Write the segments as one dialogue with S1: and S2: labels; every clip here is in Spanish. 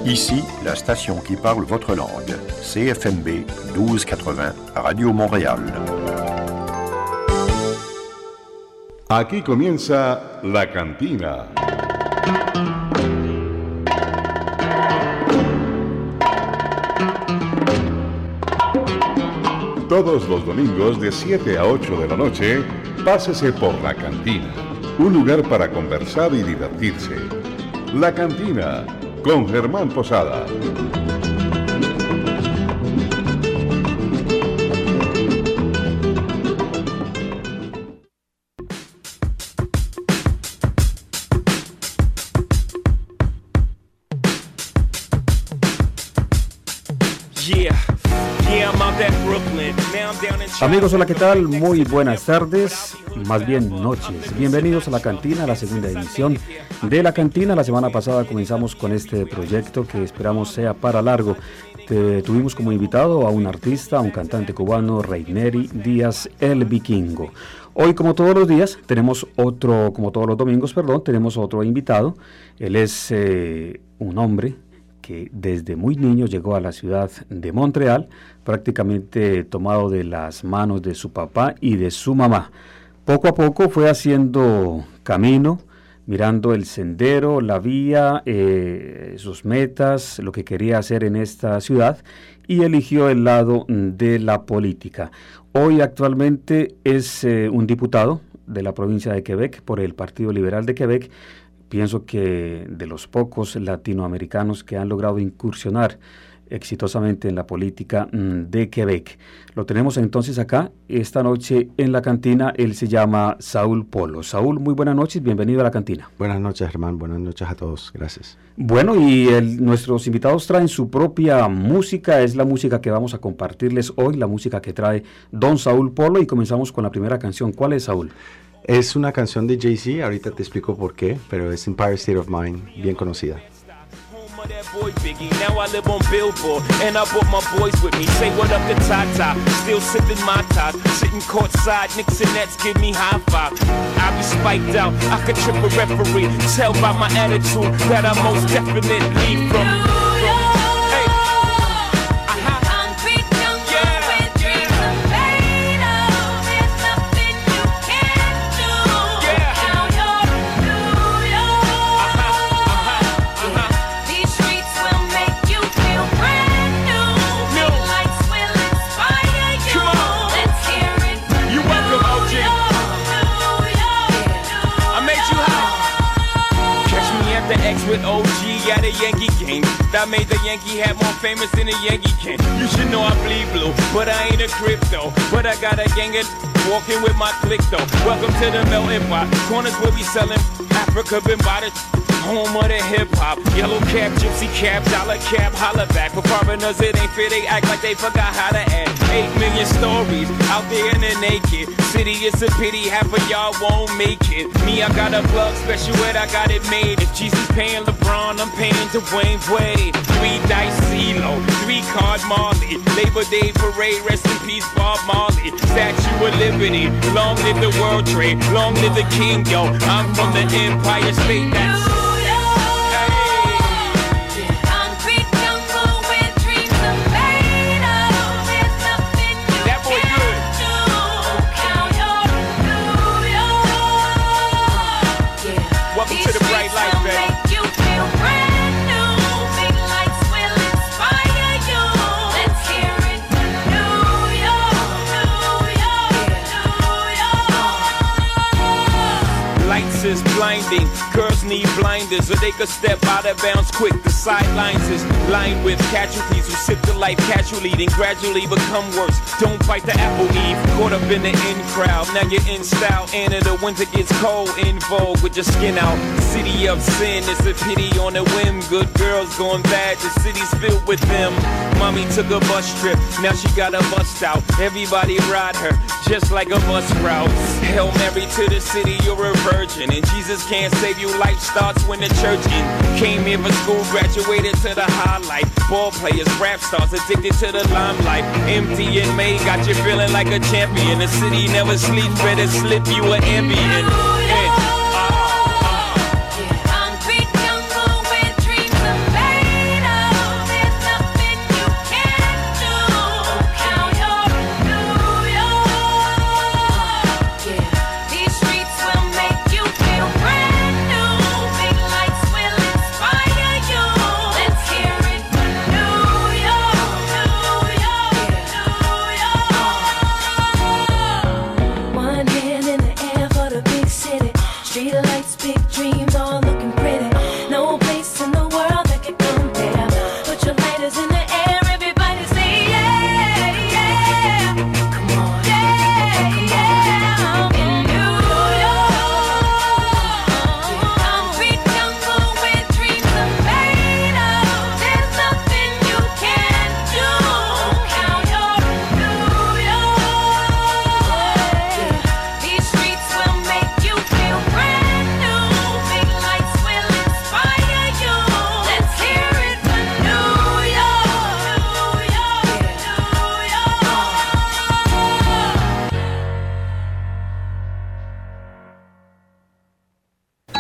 S1: Ici, la station qui parle votre langue. CFMB 1280, Radio Montréal.
S2: Aquí comienza La Cantina. Todos los domingos de 7 a 8 de la noche, pásese por La Cantina, un lugar para conversar y divertirse. La Cantina, con Germán Posada.
S3: Amigos, hola, ¿qué tal? Muy buenas tardes, más bien noches. Bienvenidos a La Cantina, la segunda edición de La Cantina. La semana pasada comenzamos con este proyecto que esperamos sea para largo. Tuvimos como invitado a un artista, a un cantante cubano, Reyneri Díaz, el Vikingo. Hoy, como todos los días, tenemos otro, como todos los domingos, tenemos otro invitado. Él es un hombre que desde muy niño llegó a la ciudad de Montreal, prácticamente tomado de las manos de su papá y de su mamá. Poco a poco fue haciendo camino, mirando el sendero, la vía, sus metas, lo que quería hacer en esta ciudad, y eligió el lado de la política. Hoy actualmente es un diputado de la provincia de Quebec por el Partido Liberal de Quebec. Pienso que de los pocos latinoamericanos que han logrado incursionar exitosamente en la política de Quebec. Lo tenemos entonces acá, esta noche en La Cantina. Él se llama Saúl Polo. Saúl, muy buenas noches, bienvenido a La Cantina.
S4: Buenas noches, Germán, buenas noches a todos, gracias.
S3: Bueno, y nuestros invitados traen su propia música, es la música que vamos a compartirles hoy, la música que trae Don Saúl Polo, y comenzamos con la primera canción. ¿Cuál es, Saúl?
S4: Es una canción de Jay-Z, ahorita te explico por qué, pero es Empire State of Mind, bien conocida.
S5: That boy Biggie, now I live on Billboard, and I brought my boys with me. Say what up to Tata, still sipping my top, sitting courtside, Knicks and Nets give me high five. I be spiked out, I could trip a referee. Tell by my attitude that I most definitely from. With OG at a Yankee game that made the Yankee hat more famous than a Yankee can. You should know I bleed blue, but I ain't a crypto. But I got a gang of walking with my click though. Welcome to the melting pot. Corners will be selling Africa been by the home of the hip hop. Yellow cap, gypsy cap, dollar cap, holla back. For foreigners it ain't fair, they act like they forgot how to act. 8 million stories out there in the naked city. It's a pity half of y'all won't make it. Me, I got a plug special ed, I got it made. If Jesus paying LeBron, I'm paying Dwayne Wade. 3 dice CeeLo, 3 card Marley. Labor Day parade, rest in peace Bob Marley. Statue of Liberty, long live the World Trade, long live the King, yo. I'm from the Empire State, that's is blinding. Girls need blinders so they could step out of bounds quick. The sidelines is lined with casualties who sip the life casually, then gradually become worse. Don't bite the apple eve, caught up in the in crowd. Now you're in style, and in the winter gets cold, in vogue with your skin out. City of sin, it's a pity on a whim. Good girls going bad, the city's filled with them. Mommy took a bus trip, now she got a bust out. Everybody ride her, just like a bus route. Hail Mary to the city, you're a virgin. And Jesus can't save you, life starts when the church in. Came here for school, graduated to the highlight. Ball players, rap stars, addicted to the limelight. Empty in May, got you feeling like a champion. The city never sleeps, better slip you an ambient.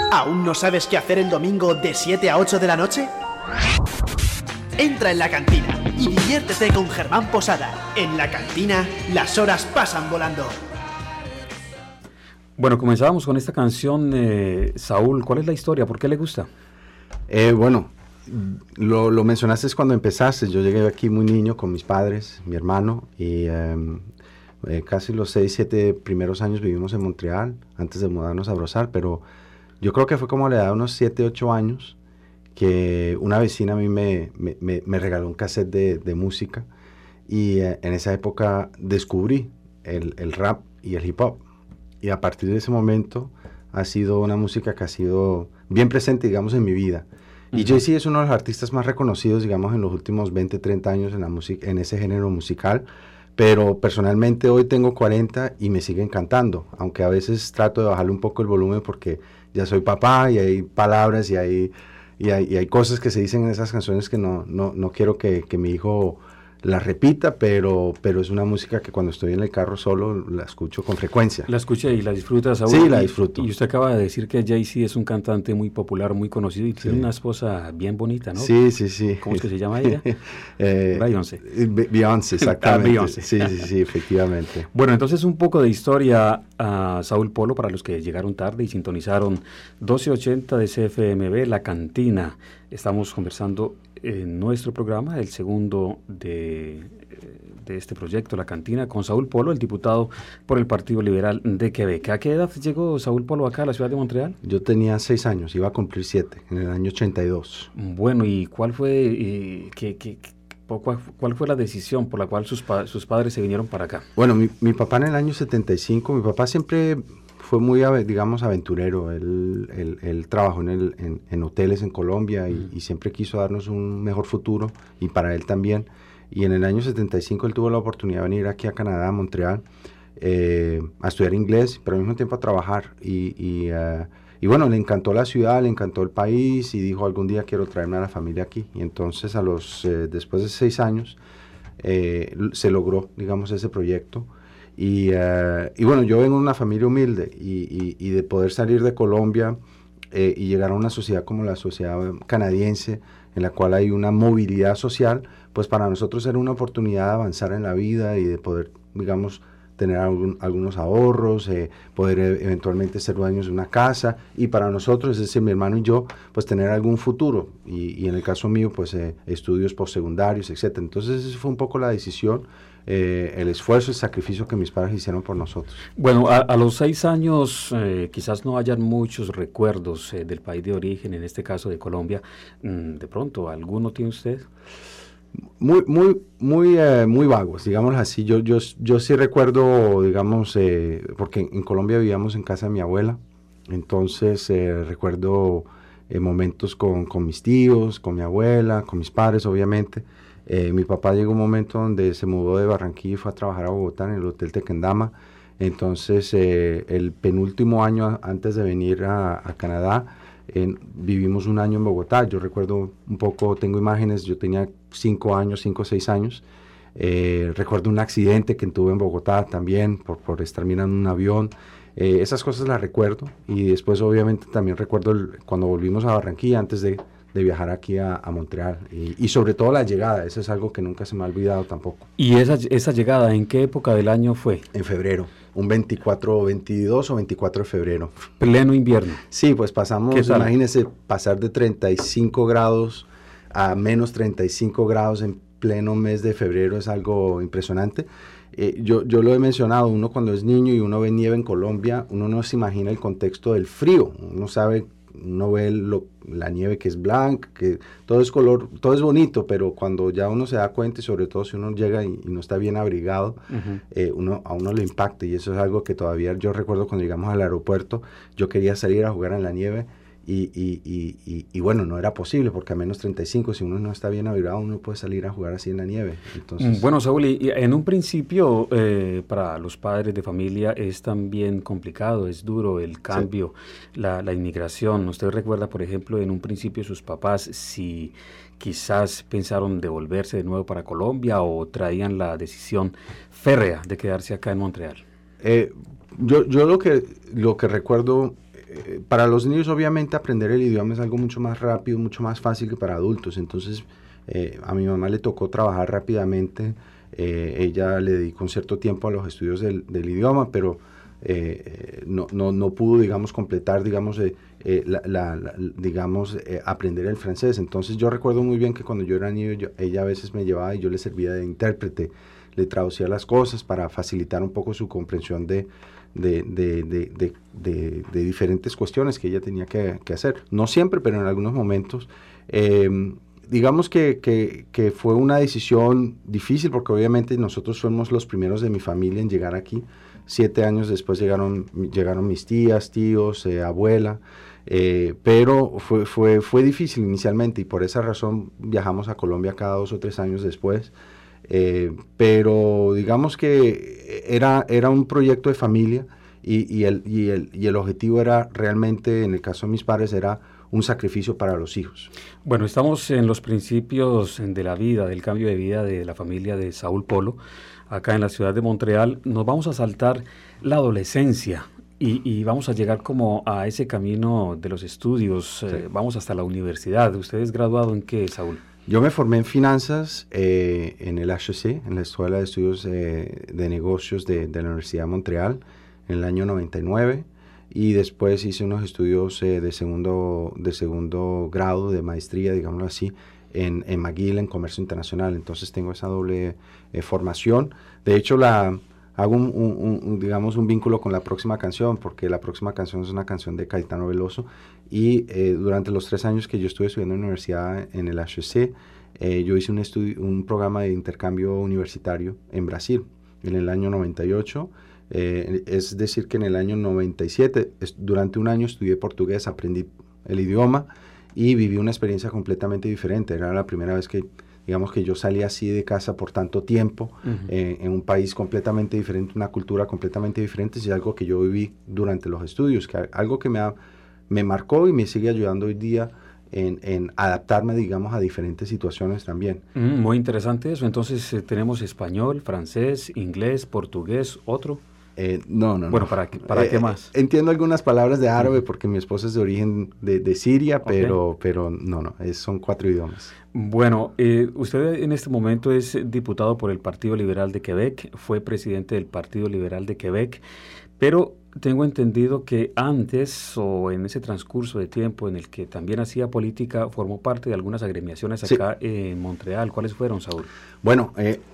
S6: ¿Aún no sabes qué hacer el domingo de 7 a 8 de la noche? Entra en La Cantina y diviértete con Germán Posada. En La Cantina, las horas pasan volando.
S3: Bueno, comenzábamos con esta canción, Saúl, ¿cuál es la historia? ¿Por qué le gusta?
S4: Bueno, lo mencionaste cuando empezaste. Yo llegué aquí muy niño con mis padres, mi hermano, y casi los 6, 7 primeros años vivimos en Montreal, antes de mudarnos a Brossard, pero yo creo que fue como a la edad de unos 7, 8 años que una vecina a mí me regaló un cassette de música, y en esa época descubrí el rap y el hip hop, y a partir de ese momento ha sido una música que ha sido bien presente, digamos, en mi vida. Y Jay-Z es uno de los artistas más reconocidos, digamos, en los últimos 20, 30 años en la música, en ese género musical, pero personalmente hoy tengo 40 y me sigue encantando, aunque a veces trato de bajarle un poco el volumen porque ya soy papá y hay palabras y hay cosas que se dicen en esas canciones que no quiero que mi hijo las repita, pero es una música que cuando estoy en el carro solo la escucho con frecuencia.
S3: La escucha y la disfruta, Saúl.
S4: Sí, la disfruto.
S3: Y usted acaba de decir que Jay-Z es un cantante muy popular, muy conocido, y tiene una esposa bien bonita, ¿no?
S4: Sí, sí, sí.
S3: ¿Cómo es que se llama ella? Beyoncé.
S4: Beyoncé, exactamente.
S3: Beyoncé.
S4: Sí, efectivamente.
S3: Bueno, entonces un poco de historia a Saúl Polo para los que llegaron tarde y sintonizaron 1280 de CFMB, La Cantina. Estamos conversando en nuestro programa, el segundo de este proyecto, La Cantina, con Saúl Polo, el diputado por el Partido Liberal de Quebec. ¿A qué edad llegó Saúl Polo acá a la ciudad de Montreal?
S4: Yo tenía 6 años, iba a cumplir 7, en el año 82.
S3: Bueno, ¿y cuál fue cuál fue la decisión por la cual sus padres se vinieron para acá?
S4: Bueno, mi papá en el año 75, mi papá siempre fue muy, digamos, aventurero. Él trabajó en hoteles en Colombia y siempre quiso darnos un mejor futuro, y para él también. Y en el año 75 él tuvo la oportunidad de venir aquí a Canadá, a Montreal, a estudiar inglés, pero al mismo tiempo a trabajar. Y bueno, le encantó la ciudad, le encantó el país, y dijo, algún día quiero traerme a la familia aquí. Y entonces después de 6 años se logró, digamos, ese proyecto. Y bueno, yo vengo de una familia humilde, y de poder salir de Colombia y llegar a una sociedad como la sociedad canadiense, en la cual hay una movilidad social, pues para nosotros era una oportunidad de avanzar en la vida y de poder, digamos, tener algunos ahorros, poder eventualmente ser dueños de una casa, y para nosotros, es decir, mi hermano y yo, pues tener algún futuro, y en el caso mío, pues estudios postsecundarios, etcétera. Entonces esa fue un poco la decisión, el esfuerzo, el sacrificio que mis padres hicieron por nosotros.
S3: Bueno, a los 6 años quizás no hayan muchos recuerdos del país de origen, en este caso de Colombia. De pronto, ¿alguno tiene usted?
S4: Muy vagos, digamos así. Yo sí recuerdo, digamos, porque en Colombia vivíamos en casa de mi abuela, entonces recuerdo momentos con mis tíos, con mi abuela, con mis padres, obviamente. Mi papá llegó un momento donde se mudó de Barranquilla y fue a trabajar a Bogotá en el Hotel Tequendama. Entonces, el penúltimo año antes de venir a Canadá, vivimos un año en Bogotá. Yo recuerdo un poco, tengo imágenes, yo tenía 5 o 6 años. Recuerdo un accidente que tuve en Bogotá también por estar mirando un avión. Esas cosas las recuerdo, y después obviamente también recuerdo cuando volvimos a Barranquilla antes de viajar aquí a Montreal, y sobre todo la llegada. Eso es algo que nunca se me ha olvidado tampoco.
S3: ¿Y esa llegada en qué época del año fue?
S4: En febrero, un 22 o 24 de febrero.
S3: Pleno invierno.
S4: Sí, pues pasamos, imagínense, pasar de 35 grados a menos 35 grados en pleno mes de febrero es algo impresionante. Yo lo he mencionado, uno cuando es niño y uno ve nieve en Colombia, uno no se imagina el contexto del frío. Uno ve la nieve que es blanca, que todo es color, todo es bonito, pero cuando ya uno se da cuenta, y sobre todo si uno llega y no está bien abrigado, a uno le impacta, y eso es algo que todavía yo recuerdo cuando llegamos al aeropuerto. Yo quería salir a jugar en la nieve, y bueno, no era posible, porque a menos 35, si uno no está bien abrigado, uno puede salir a jugar así en la nieve. Entonces,
S3: bueno, Saúl, y en un principio para los padres de familia es también complicado, es duro el cambio, sí. La inmigración. ¿Usted recuerda, por ejemplo, en un principio sus papás si quizás pensaron devolverse de nuevo para Colombia, o traían la decisión férrea de quedarse acá en Montreal?
S4: Yo lo que recuerdo, para los niños obviamente aprender el idioma es algo mucho más rápido, mucho más fácil que para adultos. Entonces a mi mamá le tocó trabajar rápidamente. Ella le dedicó un cierto tiempo a los estudios del idioma, pero no pudo, digamos, completar, digamos, aprender el francés. Entonces yo recuerdo muy bien que cuando yo era niño, ella a veces me llevaba y yo le servía de intérprete, le traducía las cosas para facilitar un poco su comprensión de diferentes cuestiones que ella tenía que hacer. No siempre, pero en algunos momentos. Digamos que fue una decisión difícil porque obviamente nosotros fuimos los primeros de mi familia en llegar aquí. 7 años después llegaron mis tías, tíos, abuela, pero fue difícil inicialmente y por esa razón viajamos a Colombia cada 2 o 3 años después. Pero digamos que era un proyecto de familia y el objetivo era realmente, en el caso de mis padres, era un sacrificio para los hijos.
S3: Bueno, estamos en los principios de la vida, del cambio de vida de la familia de Saúl Polo, acá en la ciudad de Montreal. Nos vamos a saltar la adolescencia y vamos a llegar como a ese camino de los estudios, sí. Vamos hasta la universidad. ¿Usted es graduado en qué, Saúl?
S4: Yo me formé en finanzas en el HEC, en la Escuela de Estudios de Negocios de la Universidad de Montreal, en el año 99. Y después hice unos estudios de segundo grado, de maestría, digámoslo así, en McGill, en Comercio Internacional. Entonces tengo esa doble formación. De hecho, hago un vínculo con la próxima canción, porque la próxima canción es una canción de Caetano Veloso. Y durante los 3 años que yo estuve estudiando en la universidad, en el HEC, yo hice un programa de intercambio universitario en Brasil, en el año 98. Es decir, que en el año 97, durante un año estudié portugués, aprendí el idioma y viví una experiencia completamente diferente. Era la primera vez que, digamos, que yo salí así de casa por tanto tiempo, en un país completamente diferente, una cultura completamente diferente, y algo que yo viví durante los estudios, algo que me marcó y me sigue ayudando hoy día en adaptarme, digamos, a diferentes situaciones también.
S3: Muy interesante eso. Entonces tenemos español, francés, inglés, portugués, ¿otro?
S4: No.
S3: Bueno, ¿para qué más?
S4: Entiendo algunas palabras de árabe porque mi esposa es de origen de Siria, pero no, son 4 idiomas.
S3: Bueno, usted en este momento es diputado por el Partido Liberal de Quebec, fue presidente del Partido Liberal de Quebec, pero tengo entendido que antes o en ese transcurso de tiempo en el que también hacía política, formó parte de algunas agremiaciones acá en Montreal. ¿Cuáles fueron, Saúl?
S4: Bueno,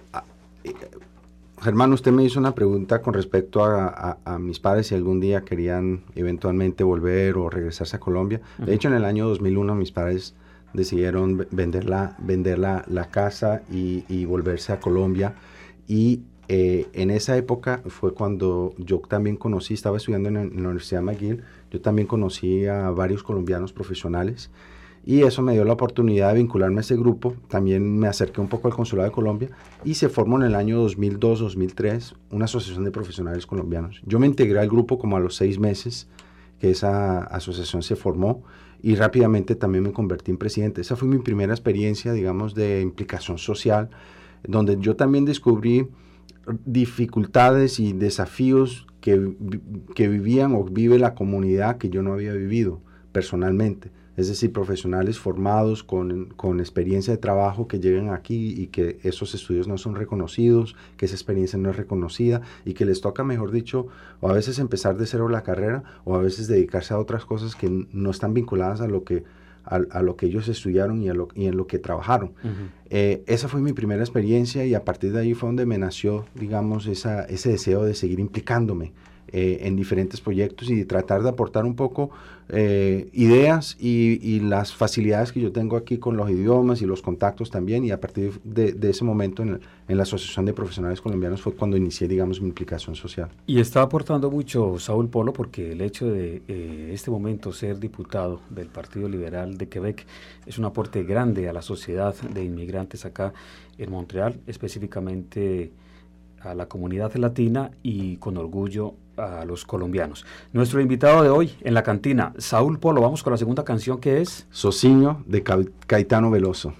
S4: Germán, usted me hizo una pregunta con respecto a mis padres si algún día querían eventualmente volver o regresarse a Colombia. De hecho, en el año 2001 mis padres decidieron vender la casa y volverse a Colombia. Y en esa época fue cuando yo también estaba estudiando en la Universidad de McGill, yo también conocí a varios colombianos profesionales. Y eso me dio la oportunidad de vincularme a ese grupo. También me acerqué un poco al Consulado de Colombia y se formó en el año 2002-2003 una asociación de profesionales colombianos. Yo me integré al grupo como a los 6 meses que esa asociación se formó y rápidamente también me convertí en presidente. Esa fue mi primera experiencia, digamos, de implicación social, donde yo también descubrí dificultades y desafíos que vivían o vive la comunidad que yo no había vivido personalmente. Es decir, profesionales formados con experiencia de trabajo que llegan aquí y que esos estudios no son reconocidos, que esa experiencia no es reconocida y que les toca, mejor dicho, o a veces empezar de cero la carrera o a veces dedicarse a otras cosas que no están vinculadas a lo que ellos estudiaron y en lo que trabajaron. Esa fue mi primera experiencia y a partir de ahí fue donde me nació, digamos, ese deseo de seguir implicándome en diferentes proyectos y de tratar de aportar un poco ideas y las facilidades que yo tengo aquí con los idiomas y los contactos también, y a partir de ese momento en la Asociación de Profesionales Colombianos fue cuando inicié, digamos, mi implicación social.
S3: Y está aportando mucho Saúl Polo porque el hecho de este momento ser diputado del Partido Liberal de Quebec es un aporte grande a la sociedad de inmigrantes acá en Montreal, específicamente a la comunidad latina y con orgullo a los colombianos. Nuestro invitado de hoy en la cantina, Saúl Polo. Vamos con la segunda canción, que es
S4: Sozinho, de Caetano Veloso.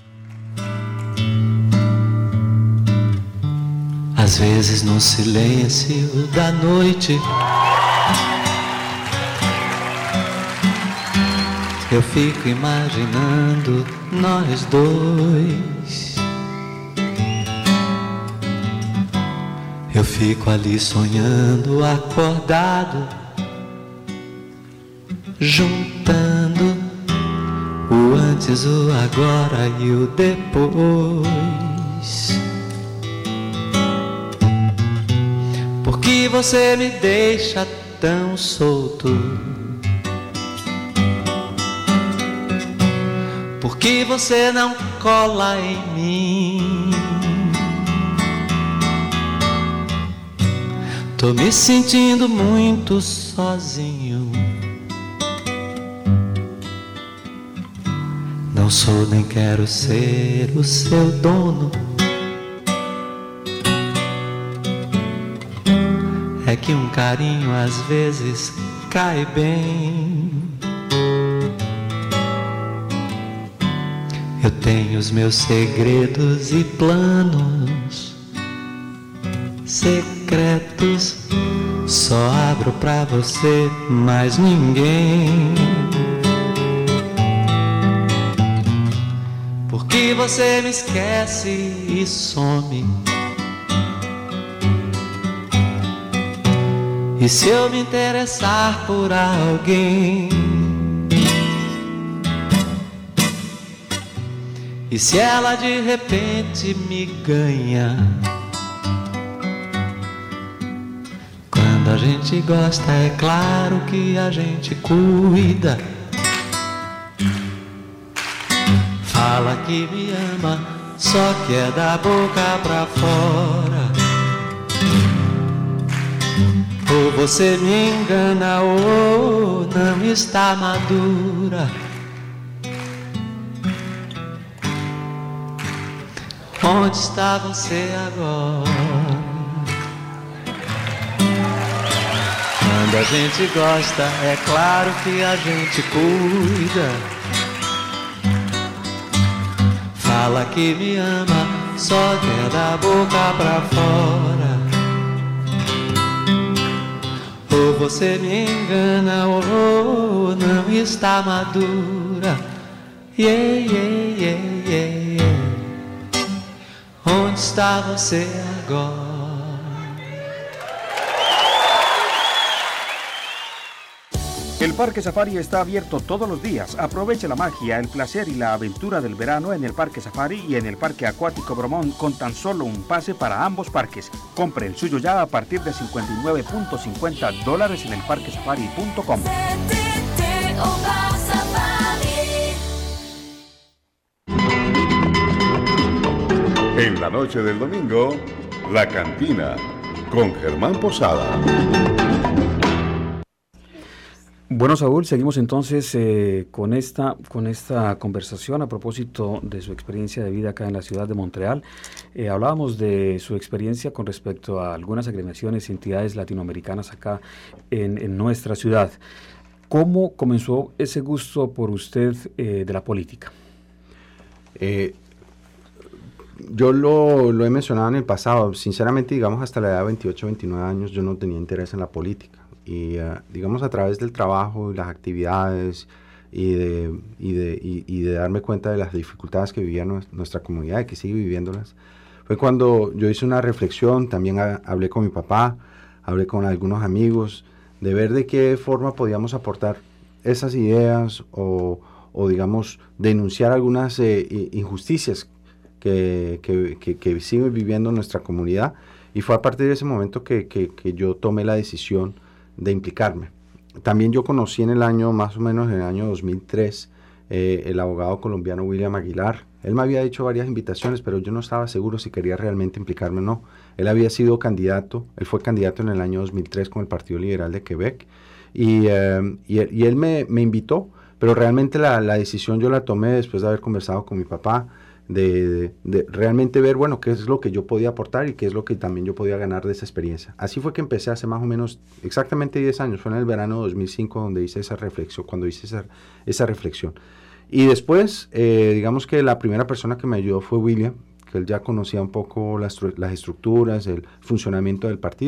S7: Às vezes no silêncio da noite Eu fico imaginando nós dois. Eu fico ali sonhando, acordado, juntando o antes, o agora e o depois. Por que você me deixa tão solto? Por que você não cola em mim? Tô me sentindo muito sozinho. Não sou nem quero ser o seu dono. É que um carinho às vezes cai bem. Eu tenho os meus segredos e planos secretos. Só abro pra você, mais ninguém. Porque você me esquece e some. E se eu me interessar por alguém? E se ela de repente me ganha? Quando a gente gosta, é claro que a gente cuida. Fala que me ama, só que é da boca pra fora. Ou você me engana ou não está madura. Onde está você agora? Quando a gente gosta, é claro que a gente cuida. Fala que me ama, só que é da boca pra fora. Ou você me engana ou não está madura. Yeah, yeah, yeah, yeah, yeah. Onde está você agora?
S8: El Parque Safari está abierto todos los días. Aproveche la magia, el placer y la aventura del verano en el Parque Safari y en el Parque Acuático Bromont con tan solo un pase para ambos parques. Compre el suyo ya a partir de $59.50 en elparquesafari.com.
S2: En la noche del domingo, La Cantina, con Germán Posada.
S3: Bueno, Saúl, seguimos entonces con esta conversación a propósito de su experiencia de vida acá en la ciudad de Montreal. Hablábamos de su experiencia con respecto a algunas agremiaciones y entidades latinoamericanas acá en nuestra ciudad. ¿Cómo comenzó ese gusto por usted de la política?
S4: Yo lo he mencionado en el pasado. Sinceramente, digamos, hasta la edad de 28, 29 años yo no tenía interés en la política. Y digamos, a través del trabajo y las actividades y de darme cuenta de las dificultades que vivía nuestra comunidad y que sigue viviéndolas, fue cuando yo hice una reflexión. También hablé con mi papá, hablé con algunos amigos, de ver de qué forma podíamos aportar esas ideas o digamos, denunciar algunas injusticias que sigue viviendo nuestra comunidad. Y fue a partir de ese momento que yo tomé la decisión de implicarme. También yo conocí más o menos en el año 2003, el abogado colombiano William Aguilar. Él me había hecho varias invitaciones, pero yo no estaba seguro si quería realmente implicarme o no. Él fue candidato en el año 2003 con el Partido Liberal de Quebec, y él me invitó, pero realmente la decisión yo la tomé después de haber conversado con mi papá, de realmente ver, bueno, qué es lo que yo podía aportar y qué es lo que también yo podía ganar de esa experiencia. Así fue que empecé hace más o menos exactamente 10 años, fue en el verano de 2005 donde hice esa reflexión, esa reflexión. Y después, digamos que la primera persona que me ayudó fue William, que él ya conocía un poco las estructuras, el funcionamiento del partido.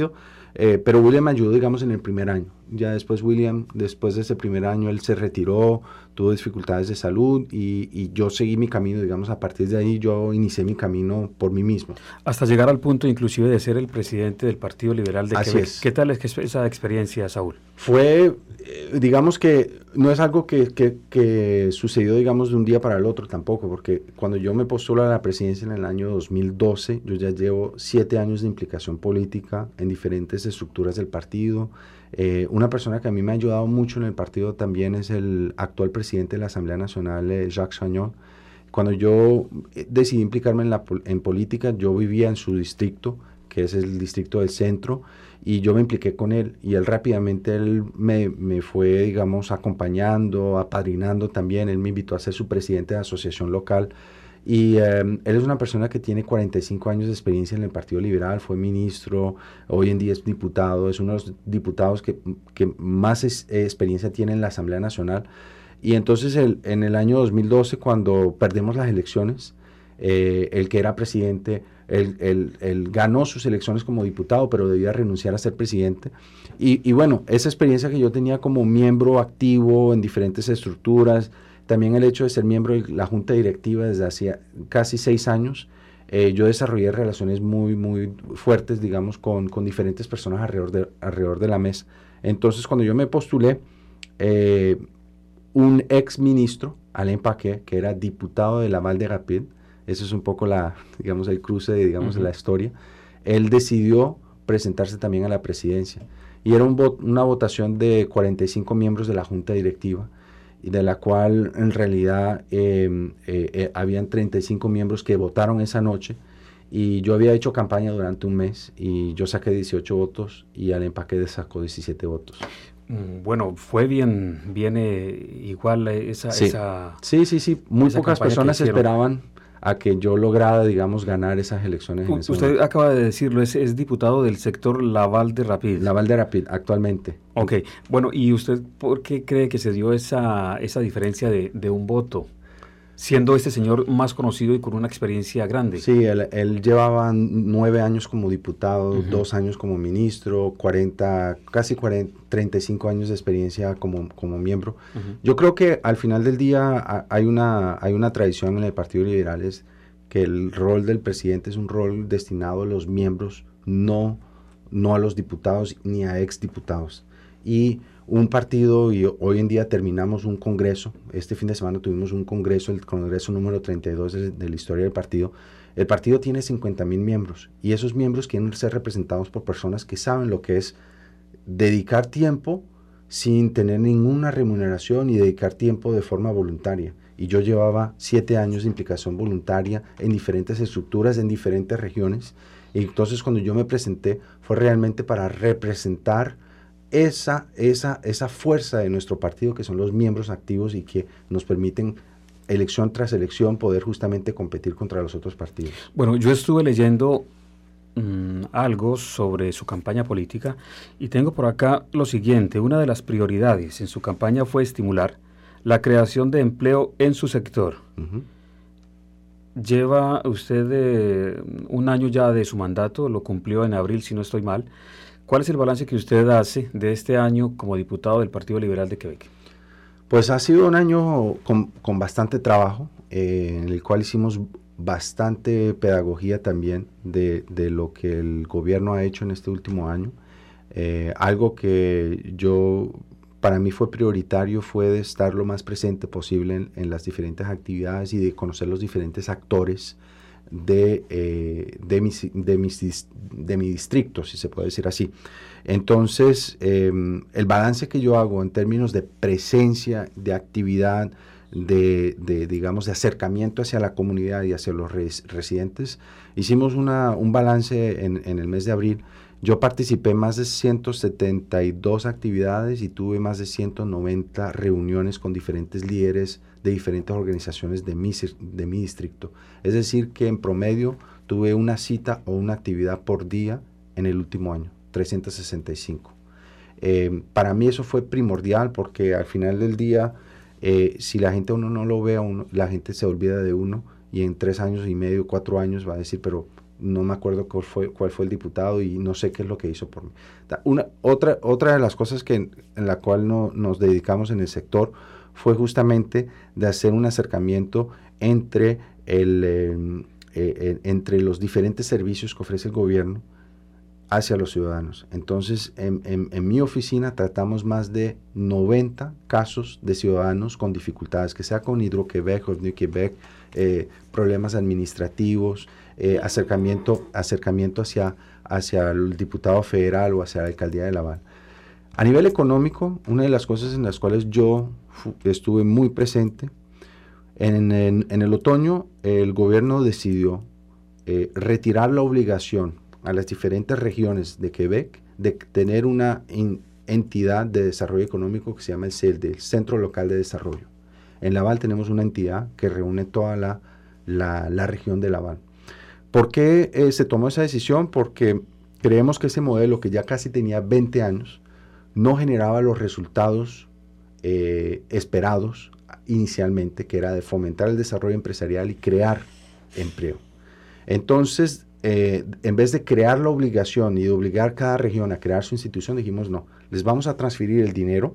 S4: pero William me ayudó, digamos, en el primer año. Ya después William, después de ese primer año, él se retiró, tuvo dificultades de salud y yo seguí mi camino, digamos, a partir de ahí yo inicié mi camino por mí mismo.
S3: Hasta llegar al punto inclusive de ser el presidente del Partido Liberal de
S4: Así
S3: Quebec.
S4: es.
S3: ¿Qué tal es esa experiencia, Saúl?
S4: Fue, digamos que no es algo que sucedió, digamos, de un día para el otro tampoco, porque cuando yo me postulo a la presidencia en el año 2012, yo ya llevo 7 años de implicación política en diferentes estructuras del partido. Una persona que a mí me ha ayudado mucho en el partido también es el actual presidente de la Asamblea Nacional, Jacques Chagnon. Cuando yo decidí implicarme en política, yo vivía en su distrito, que es el distrito del centro, y yo me impliqué con él, y él rápidamente me fue, digamos, acompañando, apadrinando también. Él me invitó a ser su presidente de asociación local, y él es una persona que tiene 45 años de experiencia en el Partido Liberal, fue ministro, hoy en día es diputado, es uno de los diputados que más experiencia tiene en la Asamblea Nacional. Y entonces en el año 2012, cuando perdimos las elecciones, el que era presidente, él ganó sus elecciones como diputado, pero debía renunciar a ser presidente. Y bueno, esa experiencia que yo tenía como miembro activo en diferentes estructuras, también el hecho de ser miembro de la junta directiva desde hacía casi 6 años, yo desarrollé relaciones muy, muy fuertes, digamos, con diferentes personas alrededor de la mesa. Entonces, cuando yo me postulé, un ex ministro, Alain Paquet, que era diputado de la Val de Rapide, eso es un poco digamos, el cruce de la historia, él decidió presentarse también a la presidencia. Y era una votación de 45 miembros de la junta directiva, y de la cual en realidad habían 35 miembros que votaron esa noche, y yo había hecho campaña durante un mes, y yo saqué 18 votos, y Alain Paquet sacó 17 votos.
S3: Bueno, fue bien igual esa...
S4: Sí,
S3: esa,
S4: sí. Muy
S3: esa
S4: pocas personas esperaban a que yo lograra, digamos, ganar esas elecciones.
S3: Usted acaba de decirlo, es diputado del sector La Val de Rapide.
S4: La Val de Rapide, actualmente.
S3: Ok, bueno, ¿y usted por qué cree que se dio esa diferencia de un voto? Siendo este señor más conocido y con una experiencia grande.
S4: Sí, él llevaba 9 años como diputado, 2 años como ministro, 35 años de experiencia como miembro. Yo creo que al final del día hay una tradición en el Partido Liberal, es que el rol del presidente es un rol destinado a los miembros, no a los diputados ni a exdiputados. Y un partido, y hoy en día terminamos un congreso, este fin de semana tuvimos un congreso, el congreso número 32 de la historia del partido. El partido tiene 50,000 miembros, y esos miembros quieren ser representados por personas que saben lo que es dedicar tiempo sin tener ninguna remuneración y dedicar tiempo de forma voluntaria. Y yo llevaba 7 años de implicación voluntaria en diferentes estructuras, en diferentes regiones, y entonces cuando yo me presenté fue realmente para representar esa fuerza de nuestro partido, que son los miembros activos y que nos permiten elección tras elección poder justamente competir contra los otros partidos.
S3: Bueno, yo estuve leyendo algo sobre su campaña política y tengo por acá lo siguiente: una de las prioridades en su campaña fue estimular la creación de empleo en su sector. Lleva usted 1 año ya de su mandato, lo cumplió en abril si no estoy mal. ¿Cuál es el balance que usted hace de este año como diputado del Partido Liberal de Quebec?
S4: Pues ha sido un año con bastante trabajo, en el cual hicimos bastante pedagogía también de lo que el gobierno ha hecho en este último año. Algo que para mí fue prioritario fue de estar lo más presente posible en las diferentes actividades y de conocer los diferentes actores de mi distrito, si se puede decir así. Entonces, el balance que yo hago en términos de presencia, de actividad, digamos, de acercamiento hacia la comunidad y hacia los residentes, hicimos un balance en el mes de abril. Yo participé en más de 172 actividades y tuve más de 190 reuniones con diferentes líderes de diferentes organizaciones de mi distrito. Es decir, que en promedio tuve una cita o una actividad por día en el último año, 365. Para mí eso fue primordial, porque al final del día, si la gente uno no lo ve a uno, la gente se olvida de uno, y en 3 años y medio, 4 años va a decir, pero no me acuerdo cuál fue el diputado y no sé qué es lo que hizo por mí. Otra de las cosas en la cual nos dedicamos en el sector fue justamente de hacer un acercamiento entre los diferentes servicios que ofrece el gobierno hacia los ciudadanos. Entonces, en mi oficina tratamos más de 90 casos de ciudadanos con dificultades, que sea con Hydro-Québec o New-Québec, problemas administrativos, acercamiento hacia el diputado federal o hacia la alcaldía de Laval. A nivel económico, una de las cosas en las cuales yo estuve muy presente, en el otoño el gobierno decidió retirar la obligación a las diferentes regiones de Quebec de tener una entidad de desarrollo económico que se llama el CELDE, el Centro Local de Desarrollo. En Laval tenemos una entidad que reúne toda la región de Laval. ¿Por qué se tomó esa decisión? Porque creemos que ese modelo, que ya casi tenía 20 años, no generaba los resultados esperados inicialmente, que era de fomentar el desarrollo empresarial y crear empleo. Entonces, en vez de crear la obligación y de obligar cada región a crear su institución, dijimos no, les vamos a transferir el dinero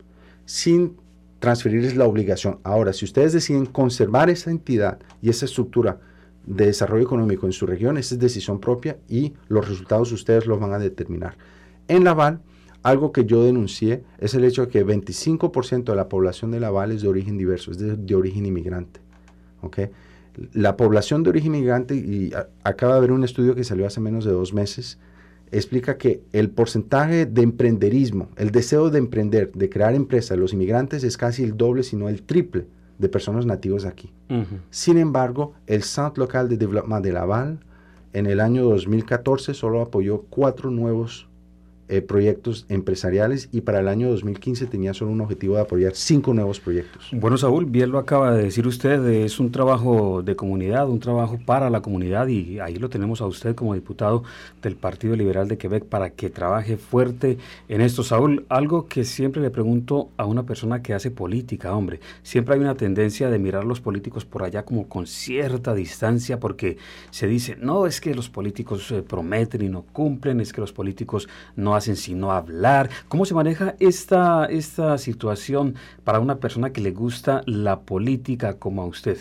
S4: sin transferirles la obligación. Ahora, si ustedes deciden conservar esa entidad y esa estructura de desarrollo económico en su región, esa es decisión propia y los resultados ustedes los van a determinar. En Laval, algo que yo denuncié es el hecho de que 25% de la población de Laval es de origen diverso, es de origen inmigrante. ¿Okay? La población de origen inmigrante, y acaba de haber un estudio que salió hace menos de 2 meses, explica que el porcentaje de emprenderismo, el deseo de emprender, de crear empresas de los inmigrantes es casi el doble, si no el triple, de personas nativas aquí. Sin embargo, el Centre Local de Développement de Laval en el año 2014 solo apoyó 4 nuevos proyectos empresariales y para el año 2015 tenía solo un objetivo de apoyar 5 nuevos proyectos.
S3: Bueno, Saúl, bien lo acaba de decir usted, es un trabajo de comunidad, un trabajo para la comunidad y ahí lo tenemos a usted como diputado del Partido Liberal de Quebec para que trabaje fuerte en esto. Saúl, algo que siempre le pregunto a una persona que hace política, hombre, siempre hay una tendencia de mirar a los políticos por allá como con cierta distancia porque se dice, no, es que los políticos prometen y no cumplen, es que los políticos no hacen sino hablar. ¿Cómo se maneja esta situación para una persona que le gusta la política como a usted?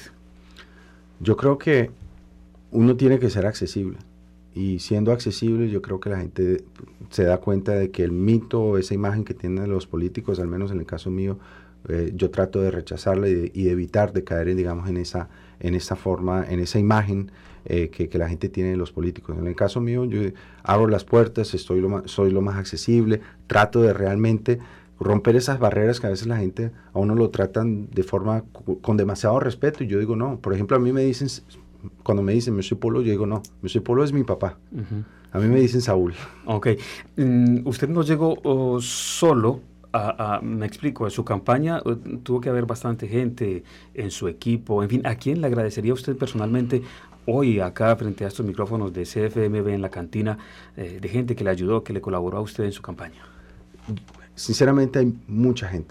S4: Yo creo que uno tiene que ser accesible y siendo accesible yo creo que la gente se da cuenta de que el mito, esa imagen que tienen los políticos, al menos en el caso mío, yo trato de rechazarla y de evitar de caer en esa forma, en esa imagen que la gente tiene de los políticos. En el caso mío, yo abro las puertas, soy lo más accesible, trato de realmente romper esas barreras que a veces la gente a uno lo tratan de forma con demasiado respeto y yo digo no. Por ejemplo, a mí me dicen, cuando me dicen Monsieur Polo, yo digo no, Monsieur Polo es mi papá. A mí me dicen Saúl.
S3: Ok. Usted no llegó solo. Me explico, en su campaña tuvo que haber bastante gente en su equipo, en fin, ¿a quién le agradecería usted personalmente hoy acá frente a estos micrófonos de CFMB en la cantina, de gente que le ayudó, que le colaboró a usted en su campaña?
S4: Sinceramente hay mucha gente,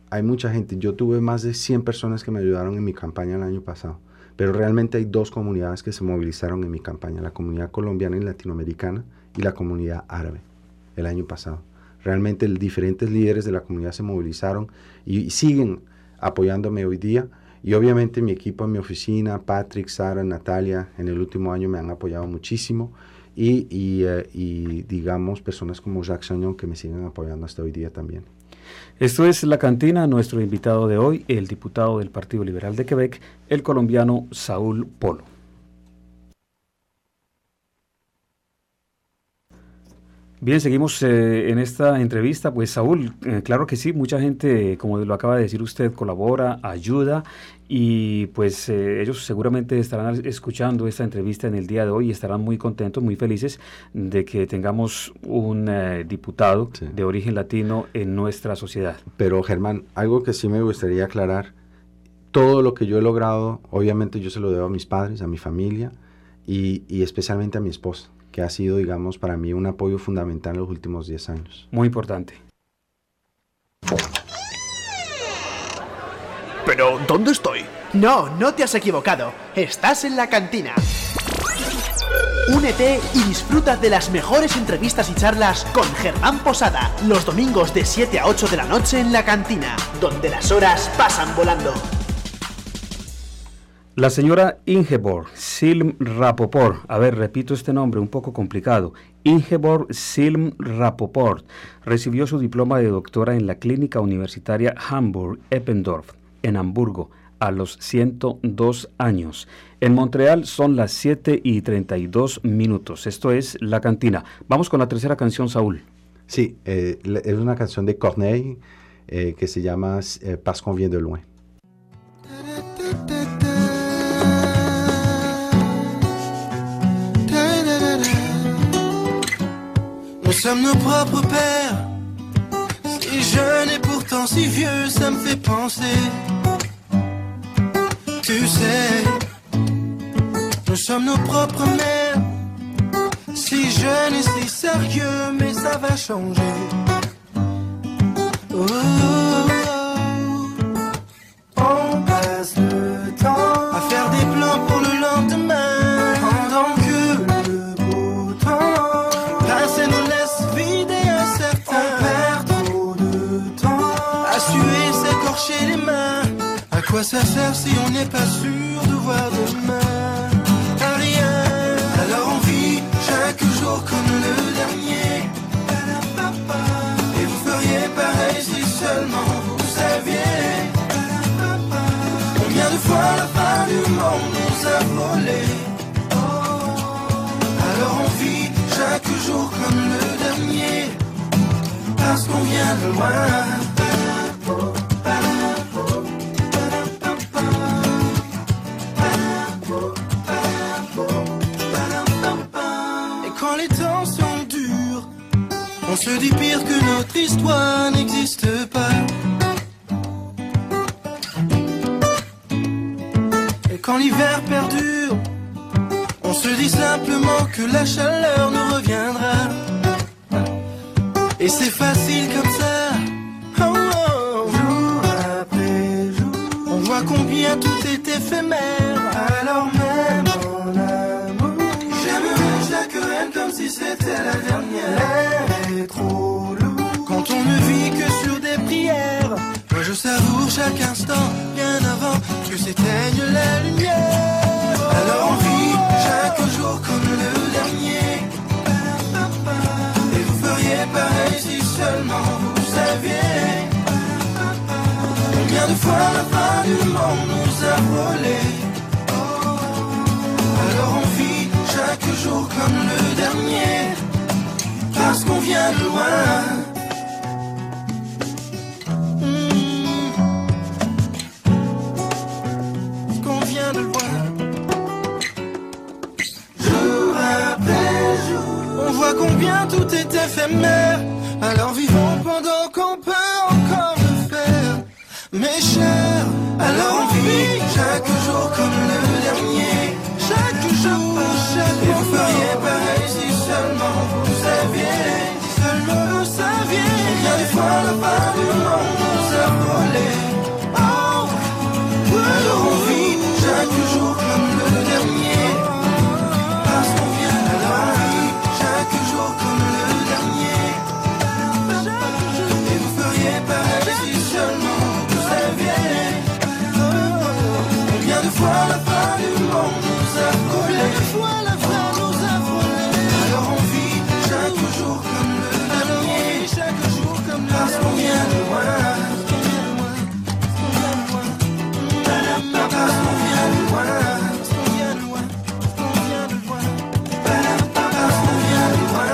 S4: yo tuve más de 100 personas que me ayudaron en mi campaña el año pasado, pero realmente hay 2 comunidades que se movilizaron en mi campaña, la comunidad colombiana y latinoamericana y la comunidad árabe el año pasado. Realmente diferentes líderes de la comunidad se movilizaron y siguen apoyándome hoy día. Y obviamente mi equipo en mi oficina, Patrick, Sara, Natalia, en el último año me han apoyado muchísimo. Y digamos, personas como Jacques Chagnon que me siguen apoyando hasta hoy día también.
S3: Esto es La Cantina, nuestro invitado de hoy, el diputado del Partido Liberal de Quebec, el colombiano Saúl Polo. Bien, seguimos en esta entrevista. Pues Saúl, claro que sí, mucha gente, como lo acaba de decir usted, colabora, ayuda y pues ellos seguramente estarán escuchando esta entrevista en el día de hoy y estarán muy contentos, muy felices de que tengamos un diputado de origen latino en nuestra sociedad.
S4: Pero Germán, algo que sí me gustaría aclarar, todo lo que yo he logrado, obviamente yo se lo debo a mis padres, a mi familia y especialmente a mi esposa, que ha sido, digamos, para mí un apoyo fundamental en los últimos 10 años.
S3: Muy importante.
S6: ¿Pero dónde estoy? No te has equivocado. Estás en la cantina. Únete y disfruta de las mejores entrevistas y charlas con Germán Posada, los domingos de 7 a 8 de la noche en La Cantina, donde las horas pasan volando.
S3: La señora Ingeborg Silm-Rapoport, a ver, repito este nombre un poco complicado, Ingeborg Silm-Rapoport, recibió su diploma de doctora en la Clínica Universitaria Hamburg-Eppendorf, en Hamburgo, a los 102 años. En Montreal son las 7:32. Esto es La Cantina. Vamos con la tercera canción, Saúl.
S4: Sí, es una canción de Corneille que se llama Parce qu'on vient de loin.
S9: Nous sommes nos propres pères, si jeunes et pourtant si vieux, ça me fait penser. Tu sais, nous sommes nos propres mères, si jeunes et si sérieux, mais ça va changer. Oh, on passe le temps à faire des plans pour le lendemain, pendant que le beau temps passer nous laisse vide et incertain. On perd trop de temps à suer, s'écorcher les mains. À quoi ça sert si on n'est pas sûr de voir demain? À rien. Alors on vit chaque jour comme le dernier. Et vous feriez pareil si seulement vous saviez. Combien de fois la fin du monde nous a volé? Alors on vit chaque jour comme le dernier, parce qu'on vient de loin. On se dit pire que notre histoire n'existe pas. Et quand l'hiver perdure, on se dit simplement que la chaleur nous reviendra. Et c'est facile comme ça, oh, oh. Jour après jour, on voit combien tout est éphémère. Alors même en amour, j'aimerais chaque reine comme si c'était la dernière. Trop lourd quand on ne vit que sur des prières. Moi je savoure chaque instant bien avant que s'éteigne la lumière. Alors on vit chaque jour comme le dernier. Et vous feriez pareil si seulement vous saviez. Combien de fois la fin du monde nous a volé? Alors on vit chaque jour comme le dernier, parce qu'on vient de loin. Qu'on vient de loin. Jour après jour, on voit combien tout est éphémère. Alors vivons pendant qu'on peut encore le faire. Mes chers, alors on vit chaque jour comme le dernier. Chaque jour, chaque jour. Et vous feriez pareil si seulement vous saviez. Seulement vous saviez. Combien de fois la fin du monde nous a volé? Oh, alors on vit chaque jour comme le dernier, parce qu'on vient de loin. Chaque jour comme le dernier. Et vous feriez pareil si seulement vous saviez. Combien de fois la fin du monde nous a volé? Combien de fois la fin nous a volé? Alors on vit chaque jour comme le dernier, chaque jour comme le dernier, parce qu'on vient de loin. Parce qu'on vient de loin. Parce qu'on vient de loin. Parce qu'on vient de loin. Parce qu'on vient de loin.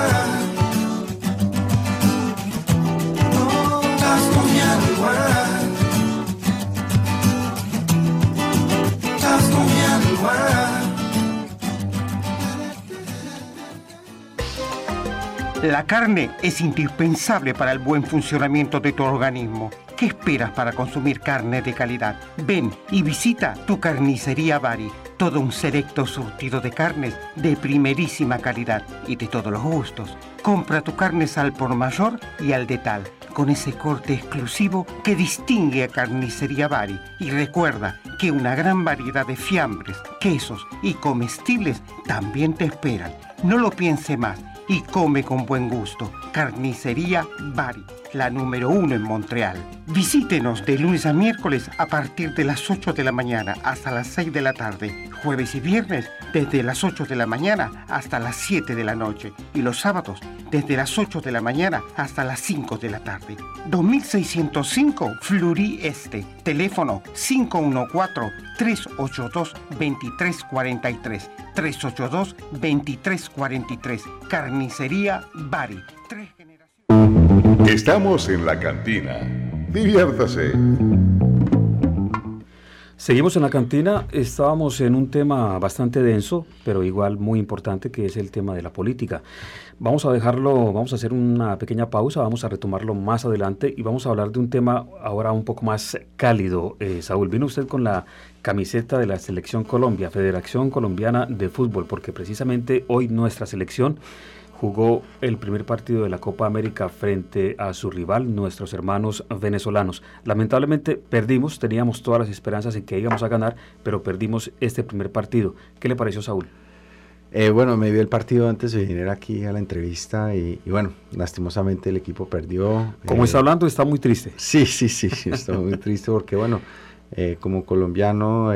S9: Parce qu'on vient de loin. Parce qu'on vient de loin.
S10: La carne es indispensable para el buen funcionamiento de tu organismo. ¿Qué esperas para consumir carne de calidad? Ven y visita tu carnicería Bari. Todo un selecto surtido de carnes de primerísima calidad y de todos los gustos. Compra tu carne al por mayor y al detal. con ese corte exclusivo que distingue a Carnicería Bari. Y recuerda que una gran variedad de fiambres, quesos y comestibles también te esperan. No lo piense más y come con buen gusto. Carnicería Bari, la número 1 en Montreal. Visítenos de lunes a miércoles a partir de las 8 de la mañana hasta las 6 de la tarde. Jueves y viernes desde las 8 de la mañana hasta las 7 de la noche. Y los sábados desde las 8 de la mañana hasta las 5 de la tarde. 2605 Fleury Este. Teléfono 514-382-2343. 382-2343. Carnicería Bari.
S2: Estamos en la cantina. Diviértase.
S3: Seguimos en la cantina, estábamos en un tema bastante denso, pero igual muy importante, que es el tema de la política. Vamos a hacer una pequeña pausa, vamos a retomarlo más adelante y vamos a hablar de un tema ahora un poco más cálido. Saúl, vino usted con la camiseta de la Selección Colombia, Federación Colombiana de Fútbol, porque precisamente hoy nuestra selección jugó el primer partido de la Copa América frente a su rival, nuestros hermanos venezolanos. Lamentablemente perdimos, teníamos todas las esperanzas en que íbamos a ganar, pero perdimos este primer partido. ¿Qué le pareció, Saúl?
S4: Bueno, me vi el partido antes de venir aquí a la entrevista y bueno, lastimosamente el equipo perdió.
S3: Como está hablando, está muy triste.
S4: Sí, está muy triste porque bueno, como colombiano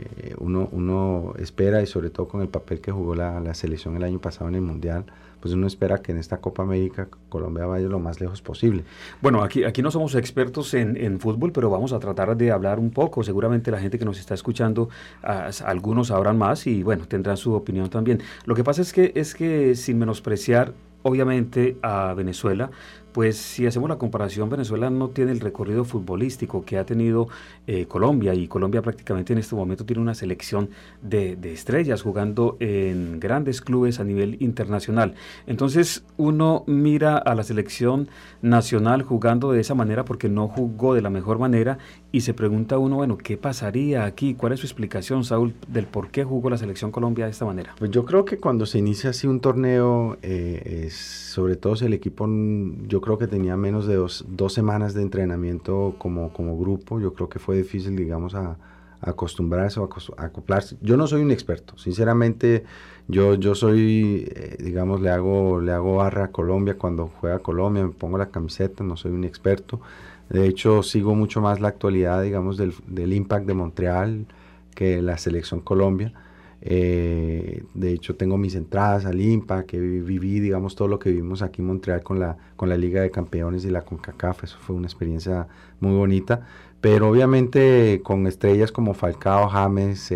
S4: uno espera, y sobre todo con el papel que jugó la selección el año pasado en el Mundial, pues uno espera que en esta Copa América Colombia vaya lo más lejos posible.
S3: Bueno, aquí no somos expertos en fútbol, pero vamos a tratar de hablar un poco. Seguramente la gente que nos está escuchando, algunos sabrán más y bueno, tendrán su opinión también. Lo que pasa es que sin menospreciar obviamente a Venezuela, pues si hacemos la comparación, Venezuela no tiene el recorrido futbolístico que ha tenido Colombia, y Colombia prácticamente en este momento tiene una selección de estrellas jugando en grandes clubes a nivel internacional. Entonces uno mira a la selección nacional jugando de esa manera porque no jugó de la mejor manera y se pregunta uno, bueno, ¿qué pasaría aquí? ¿Cuál es su explicación, Saúl, del por qué jugó la selección Colombia de esta manera?
S4: Pues yo creo que cuando se inicia así un torneo, sobre todo si el equipo, yo creo que tenía menos de dos semanas de entrenamiento como grupo, yo creo que fue difícil, digamos, a acostumbrarse o a acoplarse. Yo no soy un experto, sinceramente, yo soy, digamos, le hago barra a Colombia cuando juega Colombia, me pongo la camiseta, no soy un experto. De hecho, sigo mucho más la actualidad, digamos, del Impact de Montreal que la Selección Colombia. De hecho, tengo mis entradas al Impact, que viví, digamos, todo lo que vivimos aquí en Montreal con la Liga de Campeones y la CONCACAF. Eso fue una experiencia muy bonita. Pero obviamente con estrellas como Falcao, James,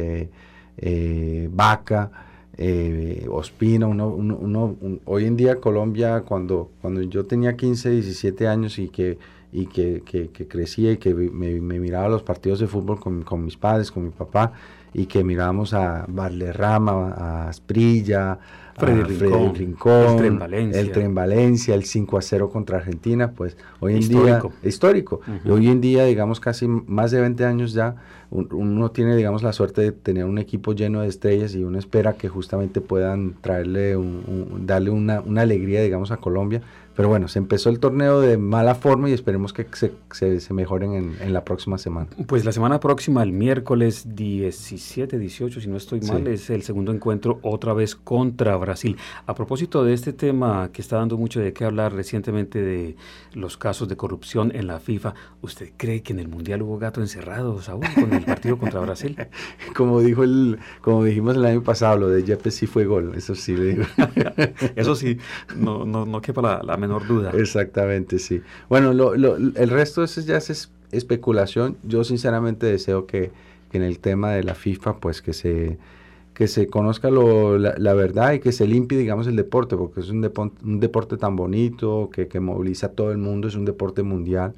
S4: Vaca, Ospina, hoy en día Colombia, cuando yo tenía 15, 17 años y que crecía y que me miraba los partidos de fútbol con mis padres, con mi papá, y que mirábamos a Valderrama, a Asprilla,
S3: Freddy
S4: Rincón,
S3: el
S4: Tren Valencia, el 5-0 contra Argentina, pues hoy en día, histórico, y hoy en día, digamos, casi más de 20 años ya, uno tiene, digamos, la suerte de tener un equipo lleno de estrellas y uno espera que justamente puedan traerle, darle una alegría, digamos, a Colombia. Pero bueno, se empezó el torneo de mala forma y esperemos que se mejoren en la próxima semana.
S3: Pues la semana próxima, el miércoles 17, 18, si no estoy mal, es el segundo encuentro otra vez contra Brasil. A propósito de este tema que está dando mucho de qué hablar recientemente, de los casos de corrupción en la FIFA, ¿usted cree que en el Mundial hubo gato encerrado, Saúl, con el partido contra Brasil?
S4: Como dijimos el año pasado, lo de Yepes sí fue gol, eso sí le digo.
S3: Eso sí, no quepa la menor duda.
S4: Exactamente, sí. Bueno, el resto ya es especulación. Yo sinceramente deseo que en el tema de la FIFA, pues que se conozca la verdad y que se limpie, digamos, el deporte, porque es un deporte tan bonito, que moviliza a todo el mundo, es un deporte mundial.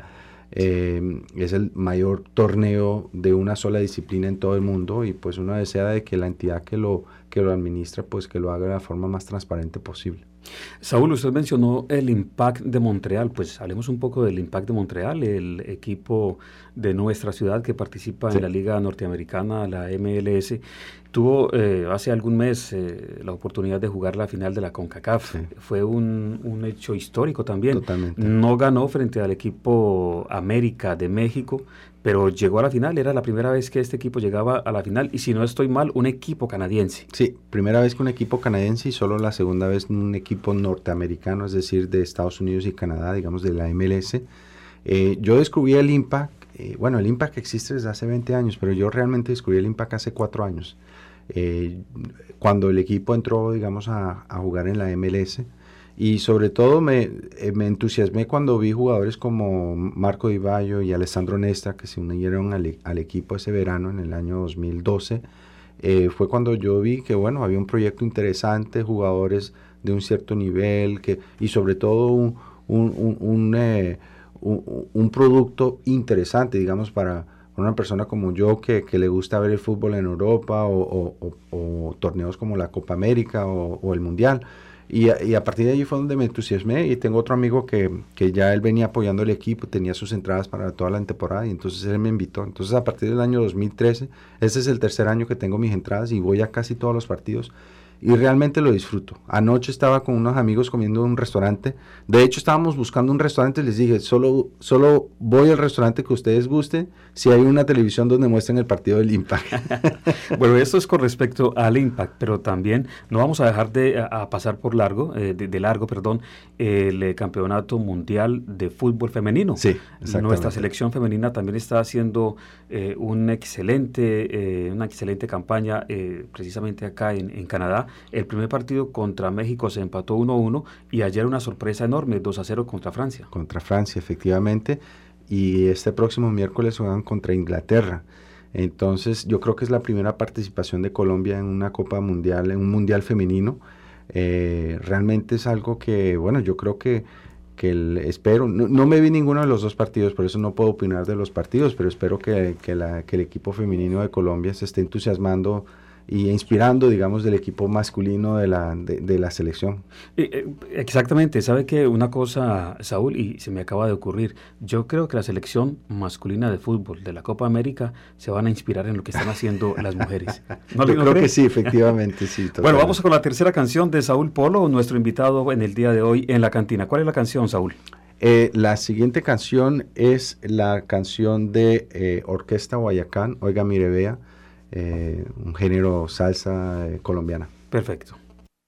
S4: Es el mayor torneo de una sola disciplina en todo el mundo y pues uno desea de que la entidad que lo que lo administra, pues que lo haga de la forma más transparente posible.
S3: Saúl, usted mencionó el Impact de Montreal, pues hablemos un poco del Impact de Montreal, el equipo de nuestra ciudad que participa en la Liga Norteamericana, la MLS. Tuvo hace algún mes la oportunidad de jugar la final de la CONCACAF. Sí. Fue un hecho histórico también.
S4: Totalmente.
S3: No ganó frente al equipo América de México, pero llegó a la final. Era la primera vez que este equipo llegaba a la final, y si no estoy mal, un equipo canadiense.
S4: Sí, primera vez que un equipo canadiense y solo la segunda vez un equipo norteamericano, es decir, de Estados Unidos y Canadá, digamos, de la MLS. Yo descubrí el Impact, bueno, el Impact existe desde hace 20 años, pero yo realmente descubrí el Impact hace 4 años. Cuando el equipo entró, digamos, a jugar en la MLS, y sobre todo me entusiasmé cuando vi jugadores como Marco Di Vaio y Alessandro Nesta, que se unieron al equipo ese verano en el año 2012. Fue cuando yo vi que, bueno, había un proyecto interesante, jugadores de un cierto nivel, y sobre todo un producto interesante, digamos, para una persona como yo que le gusta ver el fútbol en Europa o torneos como la Copa América o el Mundial. Y a partir de allí fue donde me entusiasmé, y tengo otro amigo que ya él venía apoyando el equipo, tenía sus entradas para toda la temporada, y entonces él me invitó. Entonces a partir del año 2013, ese es el tercer año que tengo mis entradas y voy a casi todos los partidos. Y realmente lo disfruto. Anoche estaba con unos amigos comiendo en un restaurante. De hecho, estábamos buscando un restaurante y les dije, solo voy al restaurante que ustedes gusten si hay una televisión donde muestren el partido del Impact.
S3: Bueno, esto es con respecto al Impact, pero también no vamos a dejar de pasar por largo, el Campeonato Mundial de Fútbol Femenino.
S4: Sí, exactamente.
S3: Nuestra selección femenina también está haciendo una excelente campaña precisamente acá en Canadá. El primer partido contra México se empató 1-1 y ayer una sorpresa enorme, 2-0 contra Francia.
S4: Contra Francia, efectivamente, y este próximo miércoles juegan contra Inglaterra. Entonces yo creo que es la primera participación de Colombia en una Copa Mundial, en un Mundial femenino. Realmente es algo que, bueno, yo creo que espero, no me vi ninguno de los dos partidos, por eso no puedo opinar de los partidos, pero espero que el equipo femenino de Colombia se esté entusiasmando y inspirando, digamos, del equipo masculino de la selección.
S3: Exactamente, sabe que una cosa, Saúl, y se me acaba de ocurrir, yo creo que la selección masculina de fútbol de la Copa América se van a inspirar en lo que están haciendo las mujeres.
S4: ¿No, yo creo que sí, efectivamente, sí. Totalmente.
S3: Bueno, vamos con la tercera canción de Saúl Polo, nuestro invitado en el día de hoy en la cantina. ¿Cuál es la canción, Saúl?
S4: La siguiente canción es la canción de Orquesta Guayacán, Oiga Mire Vea, un género salsa colombiana.
S3: Perfecto.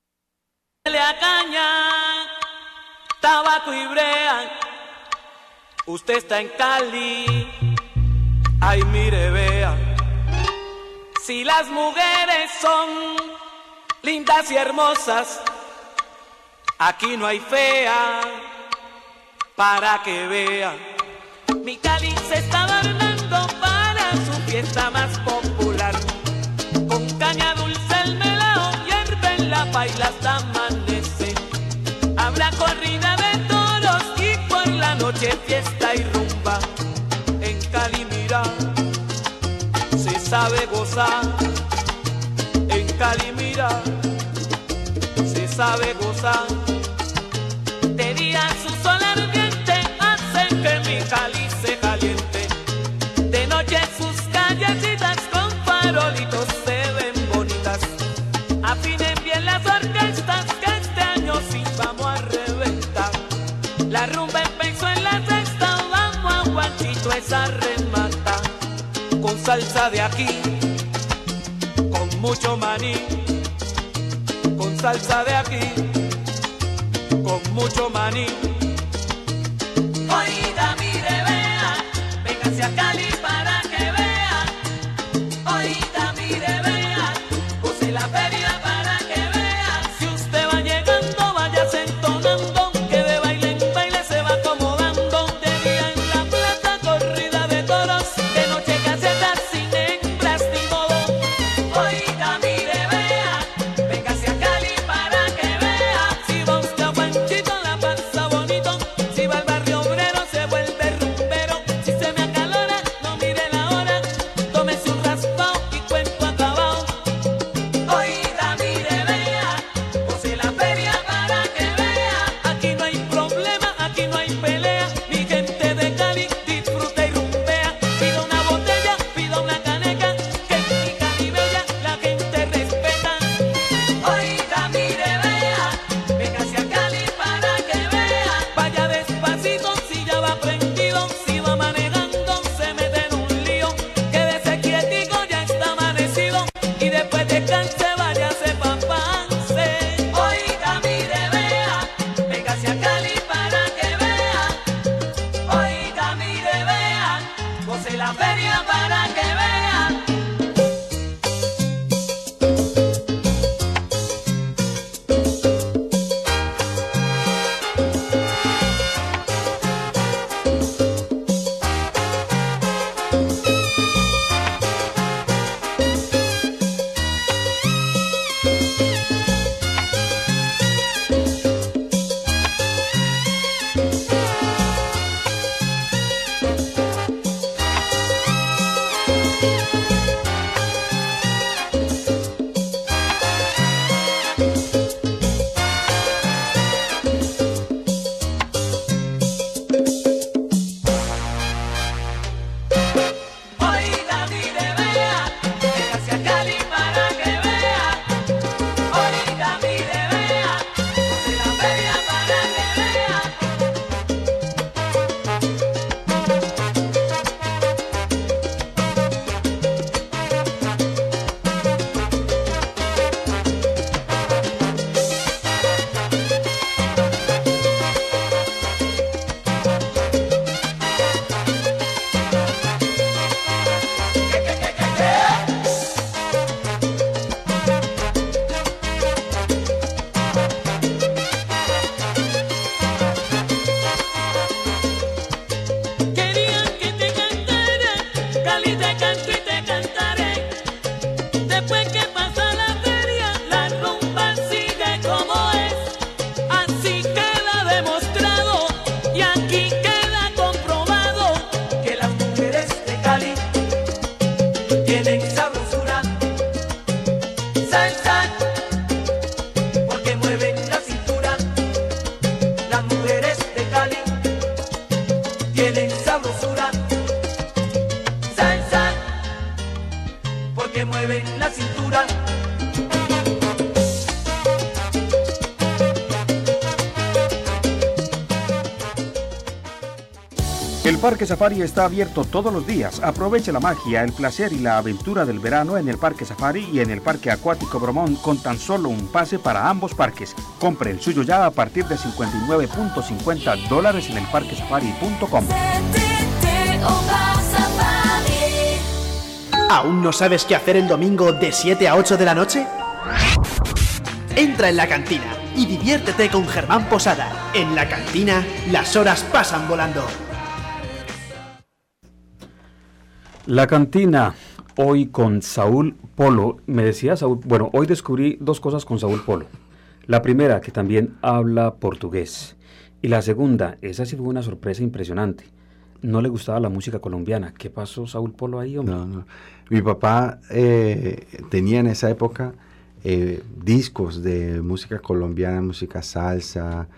S11: Caña, tabaco y brea, usted está en Cali, ay mire vea, si las mujeres son lindas y hermosas, aquí no hay fea, para que vea, mi Cali se está adornando para su fiesta más popular, con caña dulce el melao hierve en la paila hasta amanece, habrá corrida de toros y por la noche fiesta y rumba, en Cali mira, se sabe gozar, en Cali mira, se sabe gozar, de día su sol ardiente hace que mi Cali se caliente, de noche sus callecitas con farolitos se ven bonitas, afinen bien las orquestas que este año sí vamos a reventar, la rumba empezó en la sexta, vamos a guachito esa remata, con salsa de aquí, con mucho maní, con salsa de aquí, con mucho maní. Oiga, mire, vea, véngase a Cali para que vea. Oiga, mire, vea, use la feria para que vea. Si usted va llegando, váyase entonando, que de baile en baile se va acomodando. De día en la plaza, corrida de toros, de noche casetas sin hembras ni modo. Oiga, mire, vea, véngase a Cali para que vea. Si va usted a Panchito la pasa bonito, si va al barrio obrero se vuelve pase la feria para que vean.
S8: El Parque Safari está abierto todos los días. Aproveche la magia, el placer y la aventura del verano en el Parque Safari y en el Parque Acuático Bromón con tan solo un pase para ambos parques. Compre el suyo ya a partir de $59.50 en elparquesafari.com.
S6: ¿Aún no sabes qué hacer el domingo de 7 a 8 de la noche? Entra en la cantina y diviértete con Germán Posada. En la cantina, las horas pasan volando.
S3: La cantina, hoy con Saúl Polo. Me decía Saúl, bueno, hoy descubrí dos cosas con Saúl Polo. La primera, que también habla portugués. Y la segunda, esa sí fue una sorpresa impresionante. No le gustaba la música colombiana. ¿Qué pasó, Saúl Polo, ahí, hombre?
S4: No. Mi papá tenía en esa época discos de música colombiana, música salsa,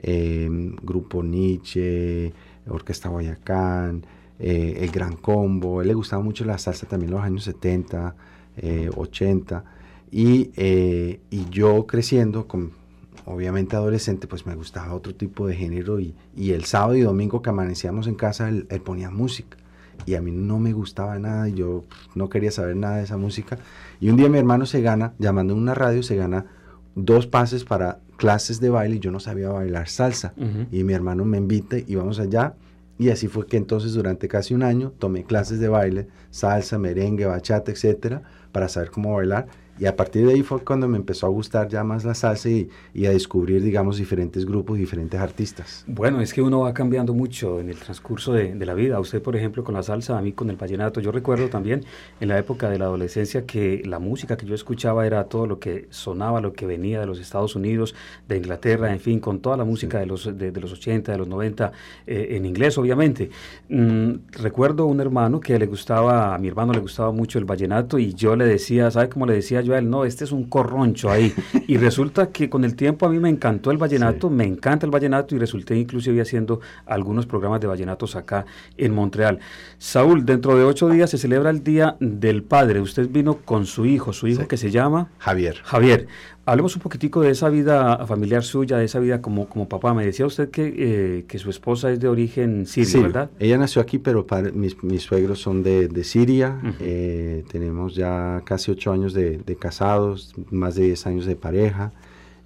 S4: Grupo Nietzsche, Orquesta Boyacán, El Gran Combo. A él le gustaba mucho la salsa también en los años 70, 80. Y yo creciendo, obviamente adolescente, pues me gustaba otro tipo de género. Y el sábado y domingo que amanecíamos en casa, él ponía música. Y a mí no me gustaba nada, y yo no quería saber nada de esa música. Y un día mi hermano se gana, llamando en una radio, se gana 2 pases para clases de baile, y yo no sabía bailar salsa. Y mi hermano me invita y vamos allá. Y así fue que entonces durante casi un año tomé clases de baile, salsa, merengue, bachata, etcétera, para saber cómo bailar. Y a partir de ahí fue cuando me empezó a gustar ya más la salsa y a descubrir, digamos, diferentes grupos, diferentes artistas.
S3: Bueno, es que uno va cambiando mucho en el transcurso de la vida. Usted, por ejemplo, con la salsa, a mí con el vallenato. Yo recuerdo también en la época de la adolescencia que la música que yo escuchaba era todo lo que sonaba, lo que venía de los Estados Unidos, de Inglaterra, en fin, con toda la música de los 80, de los 90, en inglés, obviamente. Recuerdo un hermano que a mi hermano le gustaba mucho el vallenato, y yo le decía, ¿sabe cómo le decía yo a él? No, este es un corroncho ahí. Y resulta que con el tiempo a mí me encantó el vallenato, me encanta el vallenato, y resulté inclusive haciendo algunos programas de vallenatos acá en Montreal. Saúl, dentro de 8 días se celebra el Día del Padre. Usted vino con su hijo que se llama Javier. Hablemos un poquitico de esa vida familiar suya, de esa vida como papá. Me decía usted que su esposa es de origen sirio, ¿verdad?
S4: Ella nació aquí, pero mis suegros son de Siria. Tenemos ya casi 8 años de casados, más de 10 años de pareja.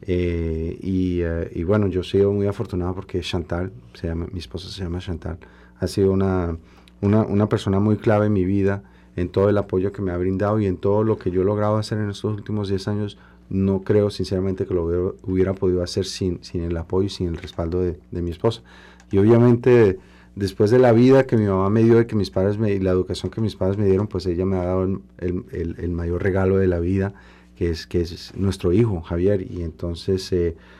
S4: Y bueno, yo he sido muy afortunado porque Chantal, mi esposa se llama Chantal, ha sido una una persona muy clave en mi vida, en todo el apoyo que me ha brindado y en todo lo que yo he logrado hacer en estos últimos 10 años. No creo sinceramente que lo hubiera podido hacer sin el apoyo y sin el respaldo de mi esposa. Y obviamente después de la vida que mi mamá me dio y que mis padres y la educación que mis padres me dieron, pues ella me ha dado el mayor regalo de la vida, que es nuestro hijo, Javier. Y entonces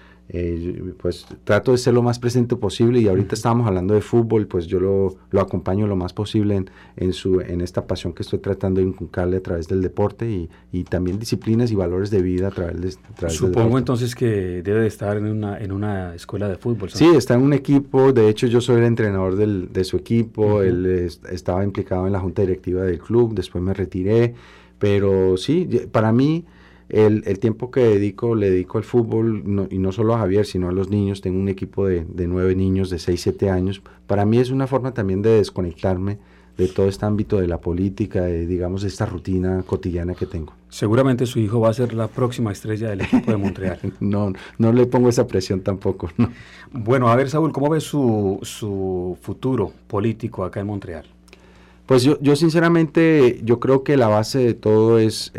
S4: pues trato de ser lo más presente posible, y ahorita estábamos hablando de fútbol, pues yo lo acompaño lo más posible en esta pasión que estoy tratando de inculcarle a través del deporte, y también disciplinas y valores de vida a través del deporte.
S3: Supongo entonces que debe de estar en una escuela de fútbol, ¿sabes?
S4: Sí, está en un equipo. De hecho yo soy el entrenador de su equipo. Él estaba implicado en la junta directiva del club, después me retiré, pero sí, para mí el tiempo que le dedico al fútbol, y no solo a Javier, sino a los niños. Tengo un equipo de 9 niños de 6, 7 años. Para mí es una forma también de desconectarme de todo este ámbito de la política, digamos, de esta rutina cotidiana que tengo.
S3: Seguramente su hijo va a ser la próxima estrella del equipo de Montreal.
S4: No le pongo esa presión tampoco, ¿no?
S3: Bueno, a ver, Saúl, ¿cómo ve su futuro político acá en Montreal?
S4: Pues yo sinceramente, yo creo que la base de todo es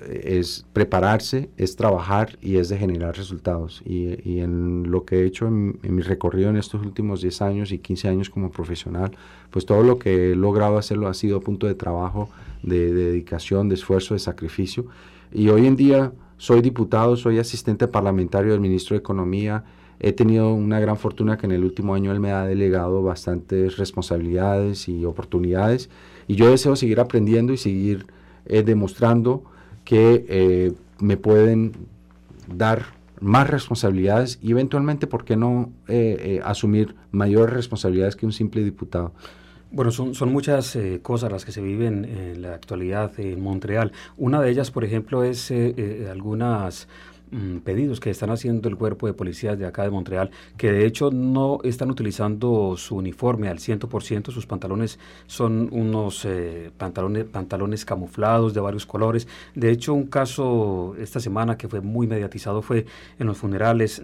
S4: prepararse, es trabajar y es de generar resultados. Y en lo que he hecho en mi recorrido en estos últimos 10 años y 15 años como profesional, pues todo lo que he logrado hacerlo ha sido a punto de trabajo, de dedicación, de esfuerzo, de sacrificio. Y hoy en día soy diputado, soy asistente parlamentario del ministro de Economía. He tenido una gran fortuna que en el último año él me ha delegado bastantes responsabilidades y oportunidades, y yo deseo seguir aprendiendo y seguir demostrando que me pueden dar más responsabilidades y eventualmente, ¿por qué no asumir mayores responsabilidades que un simple diputado?
S3: Bueno, son muchas cosas las que se viven en la actualidad en Montreal. Una de ellas, por ejemplo, es algunas pedidos que están haciendo el cuerpo de policías de acá de Montreal, que de hecho no están utilizando su uniforme al 100%, sus pantalones son unos pantalones camuflados de varios colores. De hecho, un caso esta semana que fue muy mediatizado fue en los funerales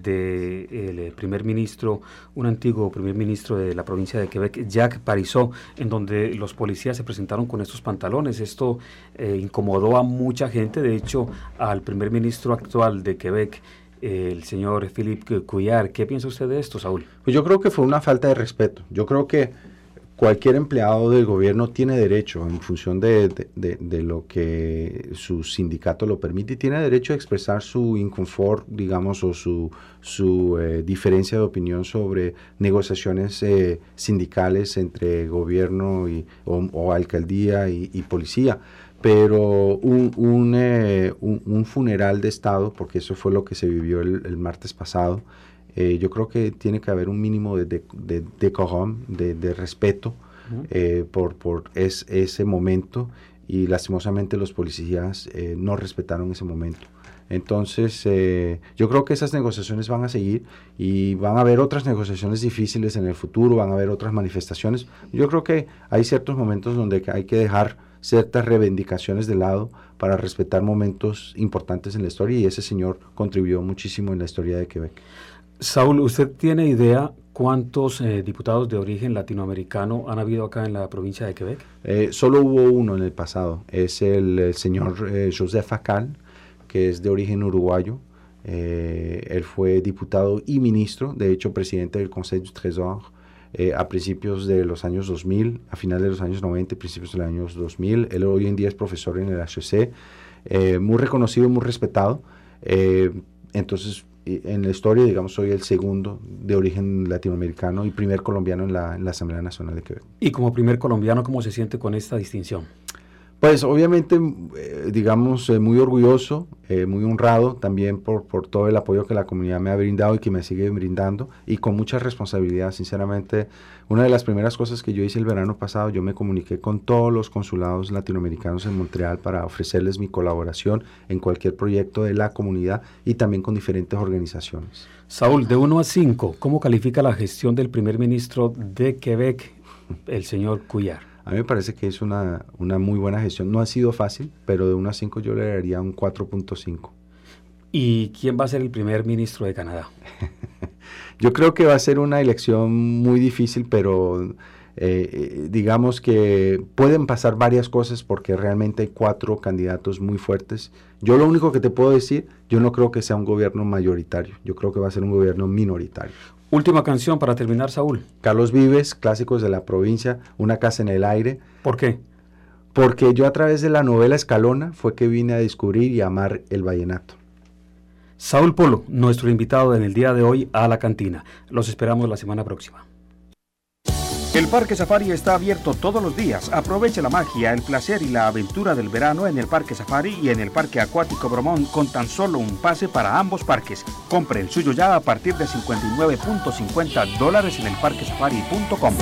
S3: del primer ministro, un antiguo primer ministro de la provincia de Quebec, Jacques Parizeau, en donde los policías se presentaron con estos pantalones. Esto incomodó a mucha gente. De hecho, al primer ministro actual de Quebec, el señor Philippe Couillard. ¿Qué piensa usted de esto, Saúl?
S4: Pues yo creo que fue una falta de respeto. Yo creo que cualquier empleado del gobierno tiene derecho, en función de lo que su sindicato lo permite, y tiene derecho a expresar su inconfort, digamos, o su diferencia de opinión sobre negociaciones sindicales entre gobierno o alcaldía y policía. Pero un funeral de Estado, porque eso fue lo que se vivió el martes pasado, yo creo que tiene que haber un mínimo de decorum, de respeto por ese momento, y lastimosamente los policías no respetaron ese momento. Entonces, yo creo que esas negociaciones van a seguir, y van a haber otras negociaciones difíciles en el futuro, van a haber otras manifestaciones. Yo creo que hay ciertos momentos donde hay que dejar ciertas reivindicaciones de lado para respetar momentos importantes en la historia, y ese señor contribuyó muchísimo en la historia de Quebec.
S3: Saúl, ¿usted tiene idea cuántos diputados de origen latinoamericano han habido acá en la provincia de Quebec?
S4: Solo hubo uno en el pasado, es el señor Joseph Facal, que es de origen uruguayo. Él fue diputado y ministro, de hecho presidente del Conseil du Trésor, a principios de los años 2000, a finales de los años 90 y principios de los años 2000. Él hoy en día es profesor en el HEC, muy reconocido y muy respetado. Entonces, en la historia, digamos, soy el segundo de origen latinoamericano y primer colombiano en la Asamblea Nacional de Quebec.
S3: Y como primer colombiano, ¿cómo se siente con esta distinción?
S4: Pues obviamente, digamos, muy orgulloso, muy honrado también por todo el apoyo que la comunidad me ha brindado y que me sigue brindando, y con mucha responsabilidad. Sinceramente, una de las primeras cosas que yo hice el verano pasado, yo me comuniqué con todos los consulados latinoamericanos en Montreal para ofrecerles mi colaboración en cualquier proyecto de la comunidad, y también con diferentes organizaciones.
S3: Saúl, de 1 a 5, ¿cómo califica la gestión del primer ministro de Quebec, el señor Couillard?
S4: A mí me parece que es una muy buena gestión. No ha sido fácil, pero de 1 a 5 yo le daría un 4.5.
S3: ¿Y quién va a ser el primer ministro de Canadá?
S4: Yo creo que va a ser una elección muy difícil, pero digamos que pueden pasar varias cosas porque realmente hay 4 candidatos muy fuertes. Yo lo único que te puedo decir, yo no creo que sea un gobierno mayoritario, yo creo que va a ser un gobierno minoritario.
S3: Última canción para terminar, Saúl.
S4: Carlos Vives, Clásicos de la Provincia, Una casa en el aire.
S3: ¿Por qué?
S4: Porque yo a través de la novela Escalona fue que vine a descubrir y amar el vallenato.
S3: Saúl Polo, nuestro invitado en el día de hoy a la cantina. Los esperamos la semana próxima.
S8: El Parque Safari está abierto todos los días. Aproveche la magia, el placer y la aventura del verano en el Parque Safari y en el Parque Acuático Bromont con tan solo un pase para ambos parques. Compre el suyo ya a partir de $59.50 en elparquesafari.com.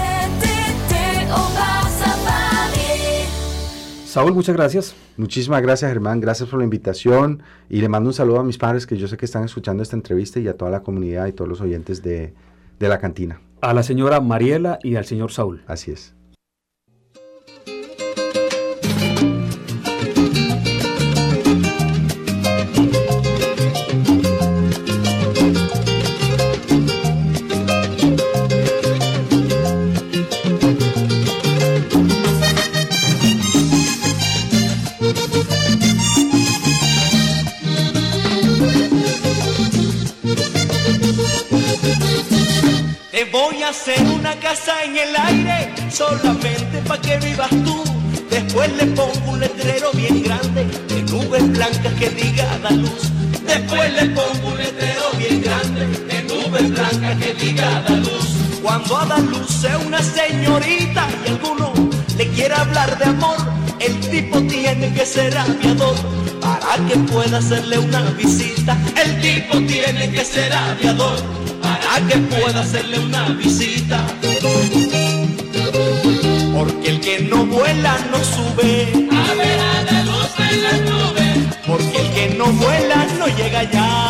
S3: Saúl, muchas gracias.
S4: Muchísimas gracias, Germán. Gracias por la invitación. Y le mando un saludo a mis padres que yo sé que están escuchando esta entrevista y a toda la comunidad y todos los oyentes de la cantina.
S3: A la señora Mariela y al señor Saúl.
S4: Así es.
S11: Te voy a hacer una casa en el aire, solamente pa' que vivas tú. Después le pongo un letrero bien grande, de nubes blancas que diga da luz. Después le pongo un letrero bien grande, de nubes blancas que diga da luz. Cuando a da luz sea una señorita y alguno le quiera hablar de amor, el tipo tiene que ser aviador para que pueda hacerle una visita. El tipo tiene que ser aviador para que pueda hacerle una visita. Porque el que no vuela no sube a ver a la luz en las nubes. Porque el que no vuela no llega allá.